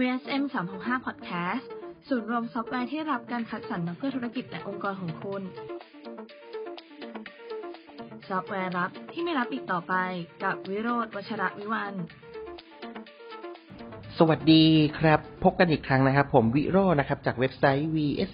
VSM 365 Podcast ศูนย์รวมซอฟต์แวร์ที่รับการคัดสรรมาเพื่อธุรกิจและองค์กรของคุณซอฟต์แวร์ลับที่ไม่รับอีกต่อไปกับวิโรจน์ วชรวิวัฒน์สวัสดีครับพบกันอีกครั้งนะครับผมวิโรจน์นะครับจากเว็บไซต์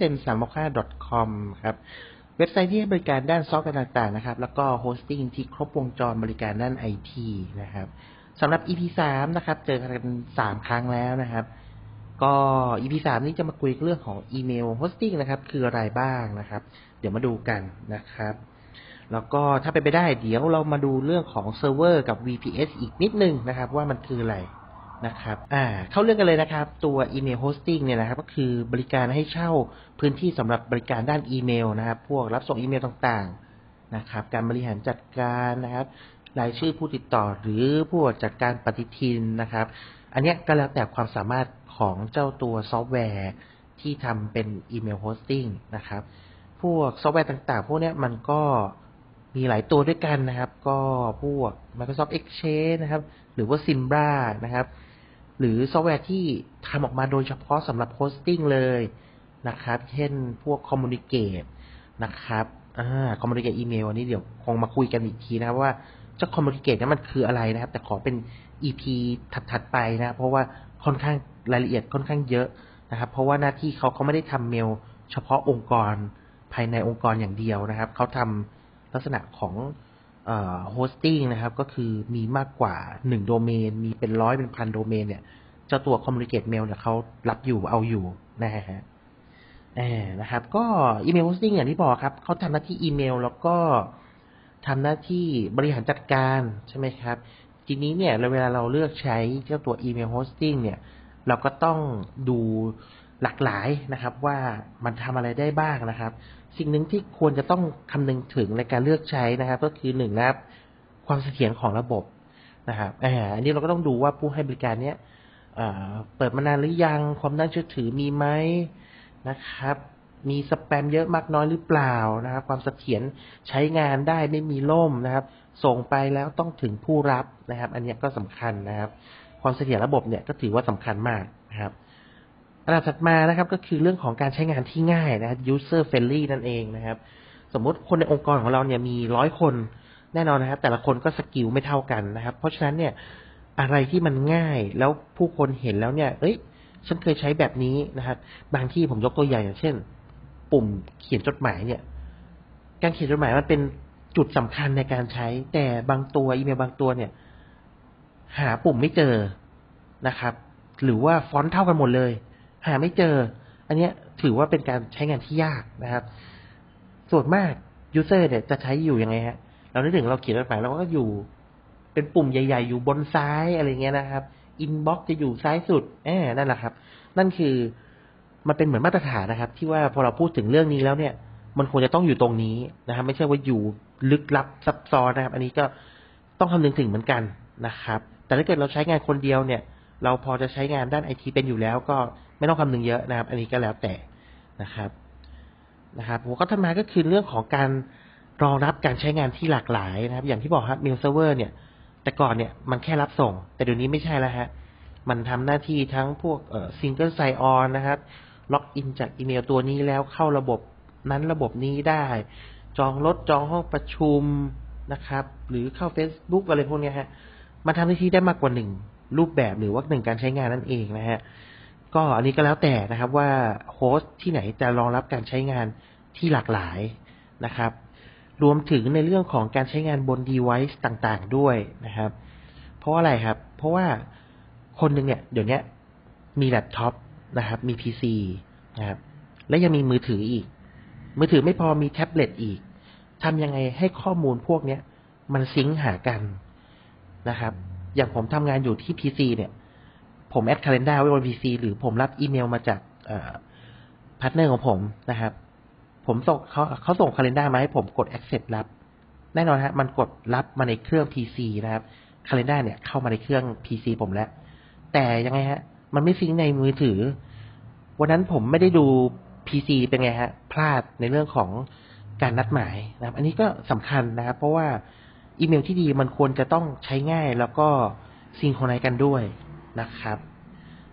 vsm365.com ครับเว็บไซต์ที่ให้บริการด้านซอฟต์แวร์ต่างๆนะครับแล้วก็โฮสติ้งที่ครบวงจรบริการด้าน IT นะครับสำหรับ EP 3นะครับเจอกัน3ครั้งแล้วนะครับก็ EP 3นี้จะมาคุยเรื่องของอีเมลโฮสติ้งนะครับคืออะไรบ้างนะครับเดี๋ยวมาดูกันนะครับแล้วก็ถ้าเป็นไปได้เดี๋ยวเรามาดูเรื่องของเซิร์ฟเวอร์กับ VPS อีกนิดนึงนะครับว่ามันคืออะไรนะครับเข้าเรื่องกันเลยนะครับตัวอีเมลโฮสติ้งเนี่ยนะครับก็คือบริการให้เช่าพื้นที่สำหรับบริการด้านอีเมลนะครับพวกรับส่งอีเมลต่างๆนะครับการบริหารจัดการนะครับรายชื่อผู้ติดต่อหรือผู้จัดการปฏิทินนะครับอันนี้ก็แล้วแต่ความสามารถของเจ้าตัวซอฟต์แวร์ที่ทำเป็นอีเมลโฮสติ้งนะครับพวกซอฟต์แวร์ต่างๆพวกนี้มันก็มีหลายตัวด้วยกันนะครับก็พวก Microsoft Exchange นะครับหรือว่า Zimbra นะครับหรือซอฟต์แวร์ที่ทำออกมาโดยเฉพาะสำหรับโฮสติ้งเลยนะครับเช่นพวก Communicate นะครับCommunicate อีเมลอันนี้เดี๋ยวคงมาคุยกันอีกทีนะครับว่าเจ้า Communicate นั้นมันคืออะไรนะครับแต่ขอเป็น EP ถัดๆไปนะเพราะว่าค่อนข้างรายละเอียดค่อนข้างเยอะนะครับเพราะว่าหน้าที่เขาไม่ได้ทำเมลเฉพาะองค์กรภายในองค์กรอย่างเดียวนะครับเขาทำลักษณะของโฮสติ้งนะครับก็คือมีมากกว่า1โดเมนมีเป็น100เป็นพันโดเมนเนี่ยเจ้าตัว Communicate Mail เนี่ยเขารับอยู่เอาอยู่นะฮะนะครับก็อีเมลโฮสติ้งอย่างที่บอกครับเขาทำหน้าที่อีเมลแล้วก็ทำหน้าที่บริหารจัดการใช่ไหมครับทีนี้เนี่ยเวลาเราเลือกใช้เจ้าตัวอีเมลโฮสติ้งเนี่ยเราก็ต้องดูหลากหลายนะครับว่ามันทำอะไรได้บ้างนะครับสิ่งหนึ่งที่ควรจะต้องคำนึงถึงในการเลือกใช้นะครับก็คือ1นะครับความเสถียรของระบบนะครับอันนี้เราก็ต้องดูว่าผู้ให้บริการเนี้ยเปิดมานานหรือยังความน่าเชื่อถือมีไหมนะครับมีสแปมเยอะมากน้อยหรือเปล่านะครับความเสถียรใช้งานได้ไม่มีล่มนะครับส่งไปแล้วต้องถึงผู้รับนะครับอันนี้ก็สำคัญนะครับความเสถียรระบบเนี่ยก็ถือว่าสำคัญมากนะครับอันดับถัดมานะครับก็คือเรื่องของการใช้งานที่ง่ายนะครับ user friendly นั่นเองนะครับสมมุติคนในองค์กรของเราเนี่ยมี100คนแน่นอนนะครับแต่ละคนก็สกิลไม่เท่ากันนะครับเพราะฉะนั้นเนี่ยอะไรที่มันง่ายแล้วผู้คนเห็นแล้วเนี่ยฉันเคยใช้แบบนี้นะครับบางที่ผมยกตัวอย่างเช่นปุ่มเขียนจดหมายเนี่ยการเขียนจดหมายมันเป็นจุดสำคัญในการใช้แต่บางตัวอีเมลบางตัวเนี่ยหาปุ่มไม่เจอนะครับหรือว่าฟอนต์เท่ากันหมดเลยหาไม่เจออันนี้ถือว่าเป็นการใช้งานที่ยากนะครับส่วนมากยูเซอร์เนี่ยจะใช้อยู่ยังไงฮะเรานึกถึงเราเขียนจดหมายเราก็อยู่เป็นปุ่มใหญ่ๆอยู่บนซ้ายอะไรเงี้ยนะครับอินบ็อกซ์จะอยู่ซ้ายสุดนั่นแหละครับนั่นคือมันเป็นเหมือนมาตรฐานนะครับที่ว่าพอเราพูดถึงเรื่องนี้แล้วเนี่ยมันควรจะต้องอยู่ตรงนี้นะครับไม่ใช่ว่าอยู่ลึกลับซับซ้อนนะครับอันนี้ก็ต้องคำนึงถึงเหมือนกันนะครับแต่ถ้าเกิดเราใช้งานคนเดียวเนี่ยเราพอจะใช้งานด้าน IT เป็นอยู่แล้วก็ไม่ต้องคำนึงเยอะนะครับอันนี้ก็แล้วแต่นะครับหัวข้อถัดมาก็คือเรื่องของการรองรับการใช้งานที่หลากหลายนะครับอย่างที่บอกครับ Mail Server เนี่ยแต่ก่อนเนี่ยมันแค่รับส่งแต่เดี๋ยวนี้ไม่ใช่แล้วฮะมันทำหน้าที่ทั้งพวกSingle Sign On นะครับล็อกอินจากอีเมลตัวนี้แล้วเข้าระบบนั้นระบบนี้ได้จองรถจองห้องประชุมนะครับหรือเข้า Facebook อะไรพวกนี้ฮะมันทำหน้าที่ได้มากกว่า1รูปแบบหรือว่า1การใช้งานนั่นเองนะฮะก็อันนี้ก็แล้วแต่นะครับว่าโฮสต์ที่ไหนจะรองรับการใช้งานที่หลากหลายนะครับรวมถึงในเรื่องของการใช้งานบน device ต่างๆด้วยนะครับเพราะอะไรครับเพราะว่าคนนึงเนี่ยเดี๋ยวนี้มีแล็ปท็อปนะครับมี PC นะครับและยังมีมือถืออีกมือถือไม่พอมีแท็บเล็ตอีกทำยังไงให้ข้อมูลพวกนี้มันซิงค์หากันนะครับอย่างผมทำงานอยู่ที่ PC เนี่ยผมแอด Calendar ไว้บน PC หรือผมรับอีเมลมาจากพาร์ทเนอร์ของผมนะครับผมส่งเขาส่ง Calendar มาให้ผมกด Accept รับแน่นอนฮะมันกดรับมาในเครื่อง PC นะครับ Calendar เนี่ยเข้ามาในเครื่อง PC ผมแล้วแต่ยังไงฮะมันไม่ซิงค์ในมือถือวันนั้นผมไม่ได้ดู PC เป็นไงฮะพลาดในเรื่องของการนัดหมายนะครับอันนี้ก็สำคัญนะครับเพราะว่าอีเมลที่ดีมันควรจะต้องใช้ง่ายแล้วก็ซิงโครไนซ์กันด้วยนะครับ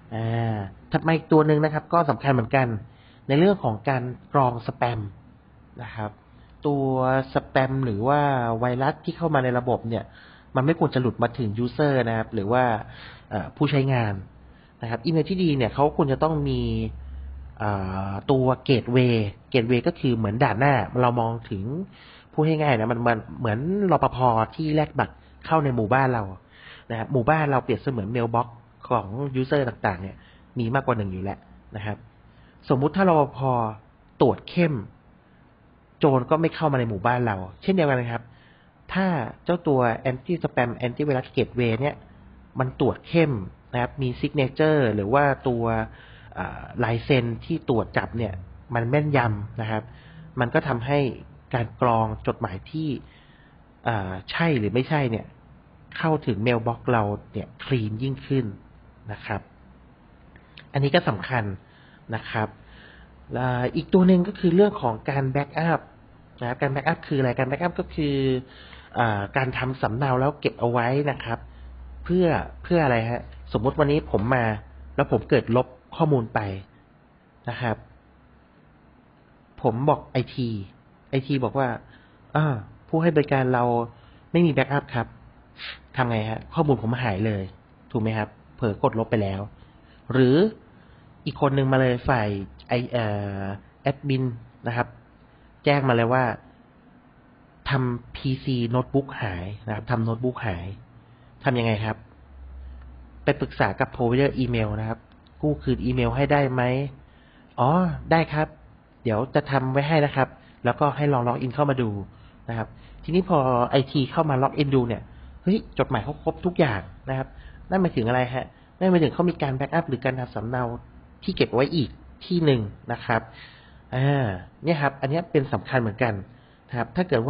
ถัดมาอีกตัวหนึ่งนะครับก็สำคัญเหมือนกันในเรื่องของการกรองสแปมนะครับตัวสแปมหรือว่าไวรัสที่เข้ามาในระบบเนี่ยมันไม่ควรจะหลุดมาถึงยูเซอร์นะครับหรือว่าผู้ใช้งานนะครับอีเมลที่ดีเนี่ยเขาควรจะต้องมีตัวเกตเวย์ก็คือเหมือนด่านหน้าเรามองถึงผู้ให้ง่ายนะมันเหมือนรปภ.ที่แลกบัตรเข้าในหมู่บ้านเรานะครับหมู่บ้านเราเปรียบเสมือนเมลบ็อกซ์ของยูเซอร์ต่างๆเนี่ยมีมากกว่าหนึ่งอยู่แล้วนะครับสมมุติถ้ารปภ.ตรวจเข้มโจรก็ไม่เข้ามาในหมู่บ้านเราเช่นเดียวกันนะครับถ้าเจ้าตัว anti spam anti virus gateway เนี่ยมันตรวจเข้มนะครับมี signature หรือว่าตัวลายเซ็นที่ตรวจจับเนี่ยมันแม่นยำนะครับมันก็ทำให้การกรองจดหมายที่ใช่หรือไม่ใช่เนี่ยเข้าถึงเมลบ็อกซ์เราเนี่ยคลีนยิ่งขึ้นนะครับอันนี้ก็สำคัญนะครับอีกตัวหนึ่งก็คือเรื่องของการแบ็กอัพนะครับการแบ็กอัพคืออะไรการแบ็กอัพก็คือการทำสำเนาแล้วเก็บเอาไว้นะครับเพื่ออะไรฮะสมมติวันนี้ผมมาแล้วผมเกิดลบข้อมูลไปนะครับผมบอกไอทีบอกว่าผู้ให้บริการเราไม่มีแบ็กอัพครับทำไงฮะข้อมูลผมหายเลยถูกไหมครับเผลอกดลบไปแล้วหรืออีกคนนึงมาเลยฝ่ายแอดมินนะครับแจ้งมาเลยว่าทำ PC โน้ตบุ๊กหายนะครับทำโน้ตบุ๊กหายทำยังไงครับไปปรึกษากับ provider อีเมลนะครับกู้คืนอีเมลให้ได้ไหมได้ครับเดี๋ยวจะทำไว้ให้นะครับแล้วก็ให้ลองล็อกอินเข้ามาดูนะครับทีนี้พอไอทีเข้ามาล็อกอินดูเนี่ยเฮ้ยจดหมายเขาครบทุกอย่างนะครับนั่นหมายถึงอะไรฮะนั่นหมายถึงเขามีการแบ็กอัพหรือการทำสำเนาที่เก็บไว้อีกที่หนึ่งนะครับเนี่ยครับอันนี้เป็นสำคัญเหมือนกันนะครับถ้าเกิดว่า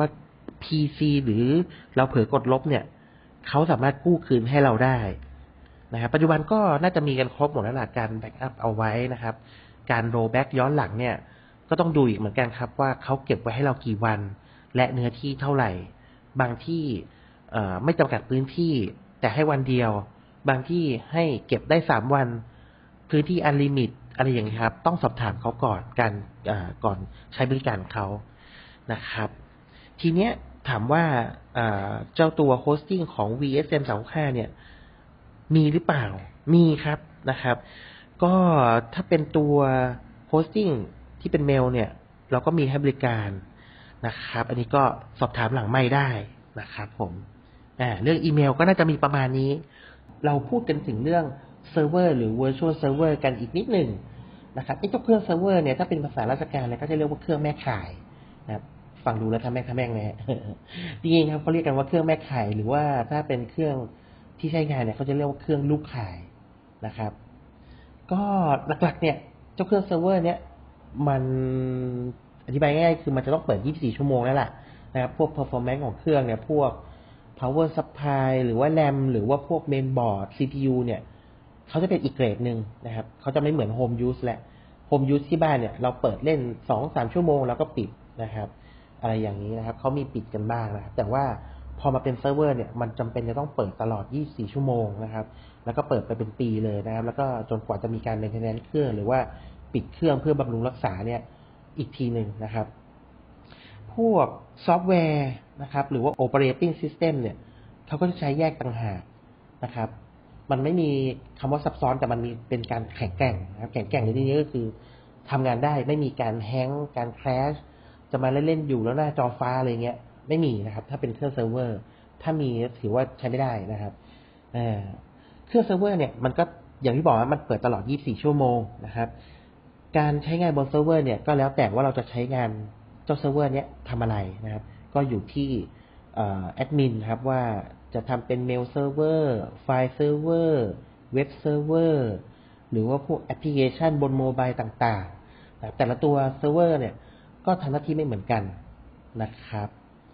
PC หรือเราเผลอกดลบเนี่ยเขาสามารถกู้คืนให้เราได้นะครับปัจจุบันก็น่าจะมีกันครบหมดแล้วล่ะการแบ็กอัพเอาไว้นะครับการโรลแบ็กย้อนหลังเนี่ยก็ต้องดูอีกเหมือนกันครับว่าเขาเก็บไว้ให้เรากี่วันและเนื้อที่เท่าไหร่บางที่ไม่จำกัดพื้นที่แต่ให้วันเดียวบางที่ให้เก็บได้3วันพื้นที่อันลิมิตอะไรอย่างนี้ครับต้องสอบถามเขาก่อนก่อนใช้บริการเขานะครับทีเนี้ยถามว่าเจ้าตัวโฮสติ้งของ VSM 365เนี่ยมีหรือเปล่ามีครับนะครับก็ถ้าเป็นตัวโฮสติ้งที่เป็นเมลเนี่ยเราก็มีให้บริการนะครับอันนี้ก็สอบถามหลังไมค์ได้นะครับผมเรื่องอีเมลก็น่าจะมีประมาณนี้เราพูดกันถึงเรื่องเซิร์ฟเวอร์หรือ virtual server กันอีกนิดหนึ่งนะครับไอ้เจ้าเครื่องเซิร์ฟเวอร์เนี่ยถ้าเป็นภาษาราชการเนี่ยก็จะเรียกว่าเครื่องแม่ข่ายนะครับฟังดูแล้วทำแม่งแน่จริงๆครับเขาเรียกกันว่าเครื่องแม่ข่ายหรือว่าถ้าเป็นเครื่องที่ใช้งานเนี่ยเขาจะเรียกว่าเครื่องลูกข่ายนะครับก็หลักๆเนี่ยเจ้าเครื่องเซิร์ฟเวอร์เนี่ยมันอธิบายง่ายๆคือมันจะต้องเปิด24ชั่วโมงแล้วล่ะนะครับพวก performance ของเครื่องเนี่ยพวก power supply หรือว่า RAM หรือว่าพวก mainboard CPU เนี่ยเขาจะเป็นอีกเกรดนึงนะครับเขาจะไม่เหมือน home use แหละ home use ที่บ้านเนี่ยเราเปิดเล่น 2-3 ชั่วโมงแล้วก็ปิดนะครับอะไรอย่างนี้นะครับเขามีปิดกันบ้างนะครับแต่ว่าพอมาเป็นเซิร์ฟเวอร์เนี่ยมันจำเป็นจะต้องเปิดตลอด24ชั่วโมงนะครับแล้วก็เปิดไปเป็นปีเลยนะครับแล้วก็จนกว่าจะมีการ maintenance เครื่องหรือว่าปิดเครื่องเพื่อบำรุงรักษาเนี่ยอีกทีนึงนะครับพวกซอฟต์แวร์นะครับหรือว่า operating system เนี่ยเขาก็จะใช้แยกต่างหากนะครับมันไม่มีคำว่าซับซ้อนแต่มันมีเป็นการแข็งแกร่งนะครับแข็งแกร่งในที่นี้ก็คือทำงานได้ไม่มีการแฮงก์การแครชจะมาเล่นๆอยู่แล้วหน้าจอฟ้าอะไรเงี้ยไม่มีนะครับถ้าเป็นเครื่องเซิร์ฟเวอร์ถ้ามีถือว่าใช้ไม่ได้นะครับเครื่องเซิร์ฟเวอร์เนี่ยมันก็อย่างที่บอกว่ามันเปิดตลอด24ชั่วโมงนะครับการใช้งานบนเซิร์ฟเวอร์เนี่ยก็แล้วแต่ว่าเราจะใช้งานเจ้าเซิร์ฟเวอร์เนี้ยทำอะไรนะครับก็อยู่ที่แอดมินครับว่าจะทำเป็นเมลเซิร์ฟเวอร์ไฟล์เซิร์ฟเวอร์เว็บเซิร์ฟเวอร์หรือว่าพวกแอปพลิเคชันบนโมบายต่างๆแต่ละตัวเซิร์ฟเวอร์เนี่ยก็ทำหน้าที่ไม่เหมือนกันนะครับ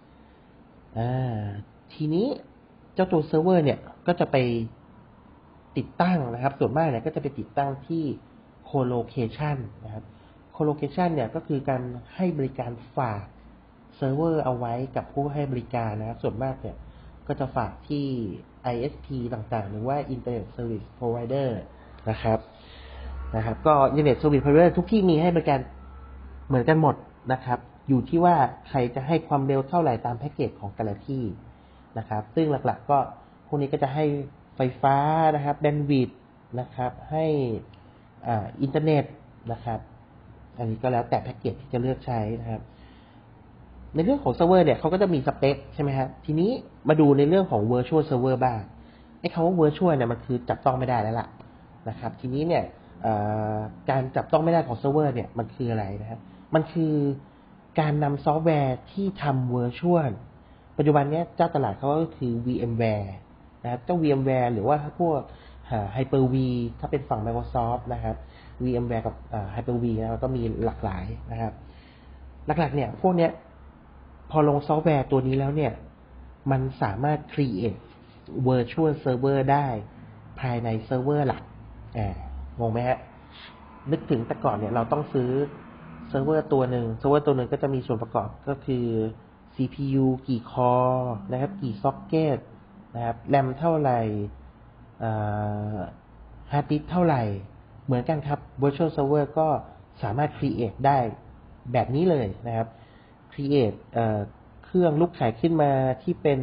ทีนี้เจ้าตัวเซิร์ฟเวอร์เนี่ยก็จะไปติดตั้งนะครับส่วนมากเนี่ยก็จะไปติดตั้งที่ co-location นะครับ co-location เนี่ยก็คือการให้บริการฝากเซิร์ฟเวอร์เอาไว้กับผู้ให้บริการนะครับส่วนมากเนี่ยก็จะฝากที่ ISP ต่างๆหรือว่า Internet Service Provider นะครับก็ Internet Service Provider ทุกที่มีให้บริการเหมือนกันหมดนะครับอยู่ที่ว่าใครจะให้ความเร็วเท่าไหร่ตามแพ็กเกจของแต่ละที่นะครับซึ่งหลักๆก็พวกนี้ก็จะให้ไฟฟ้านะครับแบนด์วิดต์นะครับให้อินเทอร์เน็ตนะครับอันนี้ก็แล้วแต่แพ็กเกจที่จะเลือกใช้นะครับในเรื่องของเซิร์ฟเวอร์เนี่ยเขาก็จะมีสเปคใช่ไหมครับทีนี้มาดูในเรื่องของ Virtual Server บ้างไอ้คำว่า Virtual เนี่ยมันคือจับต้องไม่ได้แล้วล่ะนะครับทีนี้เนี่ยการจับต้องไม่ได้ของเซิร์ฟเวอร์เนี่ยมันคืออะไรนะครับมันคือการนำซอฟต์แวร์ที่ทำ Virtual ปัจจุบันนี้เจ้าตลาดเขาก็คือ VMware นะครับเจ้า VMware หรือว่าพวกHyper-V ถ้าเป็นฝั่ง Microsoft นะครับ VMware กับHyper-V นะก็มีหลากหลายนะครับหลักๆเนี่ยพวกเนี้ยพอลงซอฟต์แวร์ตัวนี้แล้วเนี่ยมันสามารถ create virtual server ได้ภายในเซิร์ฟเวอร์หลักงงไหมฮะนึกถึงแต่ก่อนเนี่ยเราต้องซื้อเซิร์ฟเวอร์ตัวหนึ่งก็จะมีส่วนประกอบก็คือ CPU กี่คอร์นะครับกี่ซ็อกเก็ตนะครับแรมเท่าไหร่ฮาร์ดดิสก์เท่าไหร่เหมือนกันครับ virtual server ก็สามารถ create ได้แบบนี้เลยนะครับ create เครื่องลูกขายขึ้นมาที่เป็น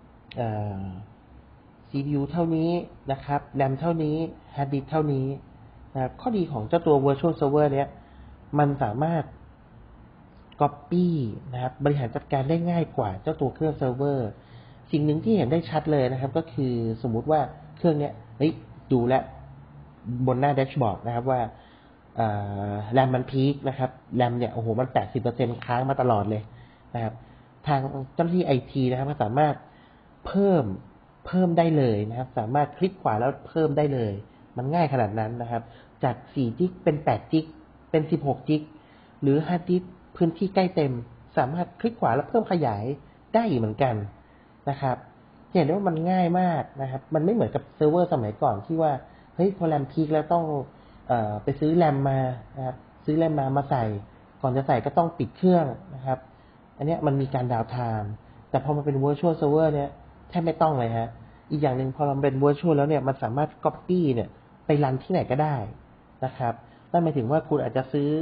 CPU เท่านี้นะครับแรมเท่านี้ฮาร์ดดิสก์เท่านี้นะครับข้อดีของเจ้าตัว virtual server เนี้ยมันสามารถ copy นะครับบริหารจัดการได้ง่ายกว่าเจ้าตัวเครื่องเซิร์ฟเวอร์สิ่งหนึ่งที่เห็นได้ชัดเลยนะครับก็คือสมมุติว่าเครื่องเนี้ยดูแลบนหน้าแดชบอร์ดนะครับว่าแรมมันพีคนะครับแรมเนี่ยโอ้โหมัน 80% ค้างมาตลอดเลยนะครับทางเจ้าหน้าที่ IT นะครับก็สามารถเพิ่มได้เลยนะครับสามารถคลิกขวาแล้วเพิ่มได้เลยมันง่ายขนาดนั้นนะครับจาก4จิกเป็น8จิกเป็น16จิกหรือฮาร์ดดิสก์พื้นที่ใกล้เต็มสามารถคลิกขวาแล้วเพิ่มขยายได้เหมือนกันนะครับเห็นได้ว่ามันง่ายมากนะครับมันไม่เหมือนกับเซิร์ฟเวอร์สมัยก่อนที่ว่าเฮ้ยพอแรมพีคแล้วต้องไปซื้อแรมมานะครับซื้อแรมมาใส่ก่อนจะใส่ก็ต้องปิดเครื่องนะครับอันนี้มันมีการดาวน์ไทม์แต่พอมาเป็น virtual server เนี่ยแทบไม่ต้องเลยฮะอีกอย่างหนึ่งพอเราเป็น virtual แล้วเนี่ยมันสามารถ copy เนี่ยไปรันที่ไหนก็ได้นะครับนั่นหมายถึงว่าคุณอาจจะซื้อ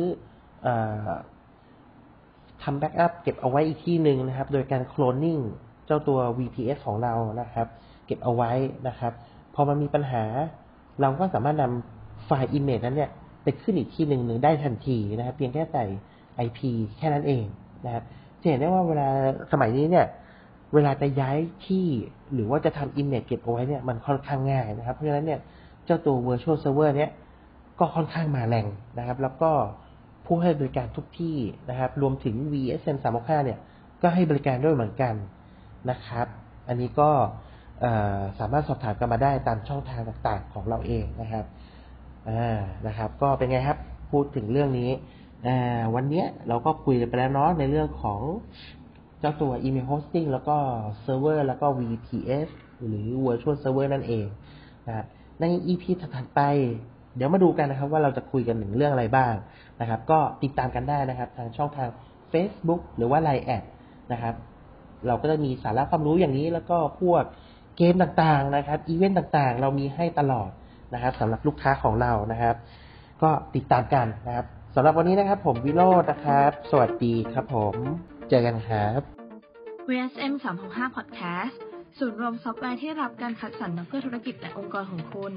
ทำแบ็กอัพเก็บเอาไว้อีกที่หนึ่งนะครับโดยการโคลนนิ่งเจ้าตัว VPS ของเรานะครับเก็บเอาไว้นะครับพอมันมีปัญหาเราก็สามารถนำไฟล์ image นั้นเนี่ยไปขึ้นอีกที่หนึ่งได้ทันทีนะครับเพียงแค่ใส่ IP แค่นั้นเองนะครับจะเห็นได้ว่าเวลาสมัยนี้เนี่ยเวลาจะย้ายที่หรือว่าจะทำ image เก็บเอาไว้เนี่ยมันค่อนข้างง่ายนะครับเพราะฉะนั้นเนี่ยเจ้าตัว virtual server เนี่ยก็ค่อนข้างมาแรงนะครับแล้วก็ผู้ให้บริการทุกที่นะครับรวมถึง VSM 365เนี่ยก็ให้บริการด้วยเหมือนกันนะครับอันนี้ก็สามารถสอบถามกันมาได้ตามช่องทางต่างๆของเราเองนะครับนะครับก็เป็นไงครับพูดถึงเรื่องนี้วันนี้เราก็คุยไปแล้วเนาะในเรื่องของเจ้าตัว email hosting แล้วก็ server แล้วก็ VPS หรือ virtual server นั่นเองนะครับใน EP ถัดไปเดี๋ยวมาดูกันนะครับว่าเราจะคุยกันถึงเรื่องอะไรบ้างนะครับก็ติดตามกันได้นะครับทางช่องทาง Facebook หรือว่า LINE แอดนะครับเราก็จะมีสาระความรู้อย่างนี้แล้วก็พวกเกมต่างๆนะครับอีเวนต์ต่างๆเรามีให้ตลอดนะครับสำหรับลูกค้าของเรานะครับก็ติดตามกันนะครับสำหรับวันนี้นะครับผมวิโรจน์นะครับสวัสดีครับผมเจอกันครับ VSM 365 Podcast ศูนย์รวมซอฟต์แวร์ที่รับการคัดสรรมาเพื่อธุรกิจและองค์กรของคุณ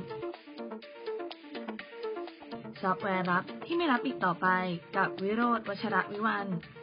ซอฟต์แวร์ลับที่ไม่รับอีกต่อไปกับวิโรจน์ วชรวิวัฒน์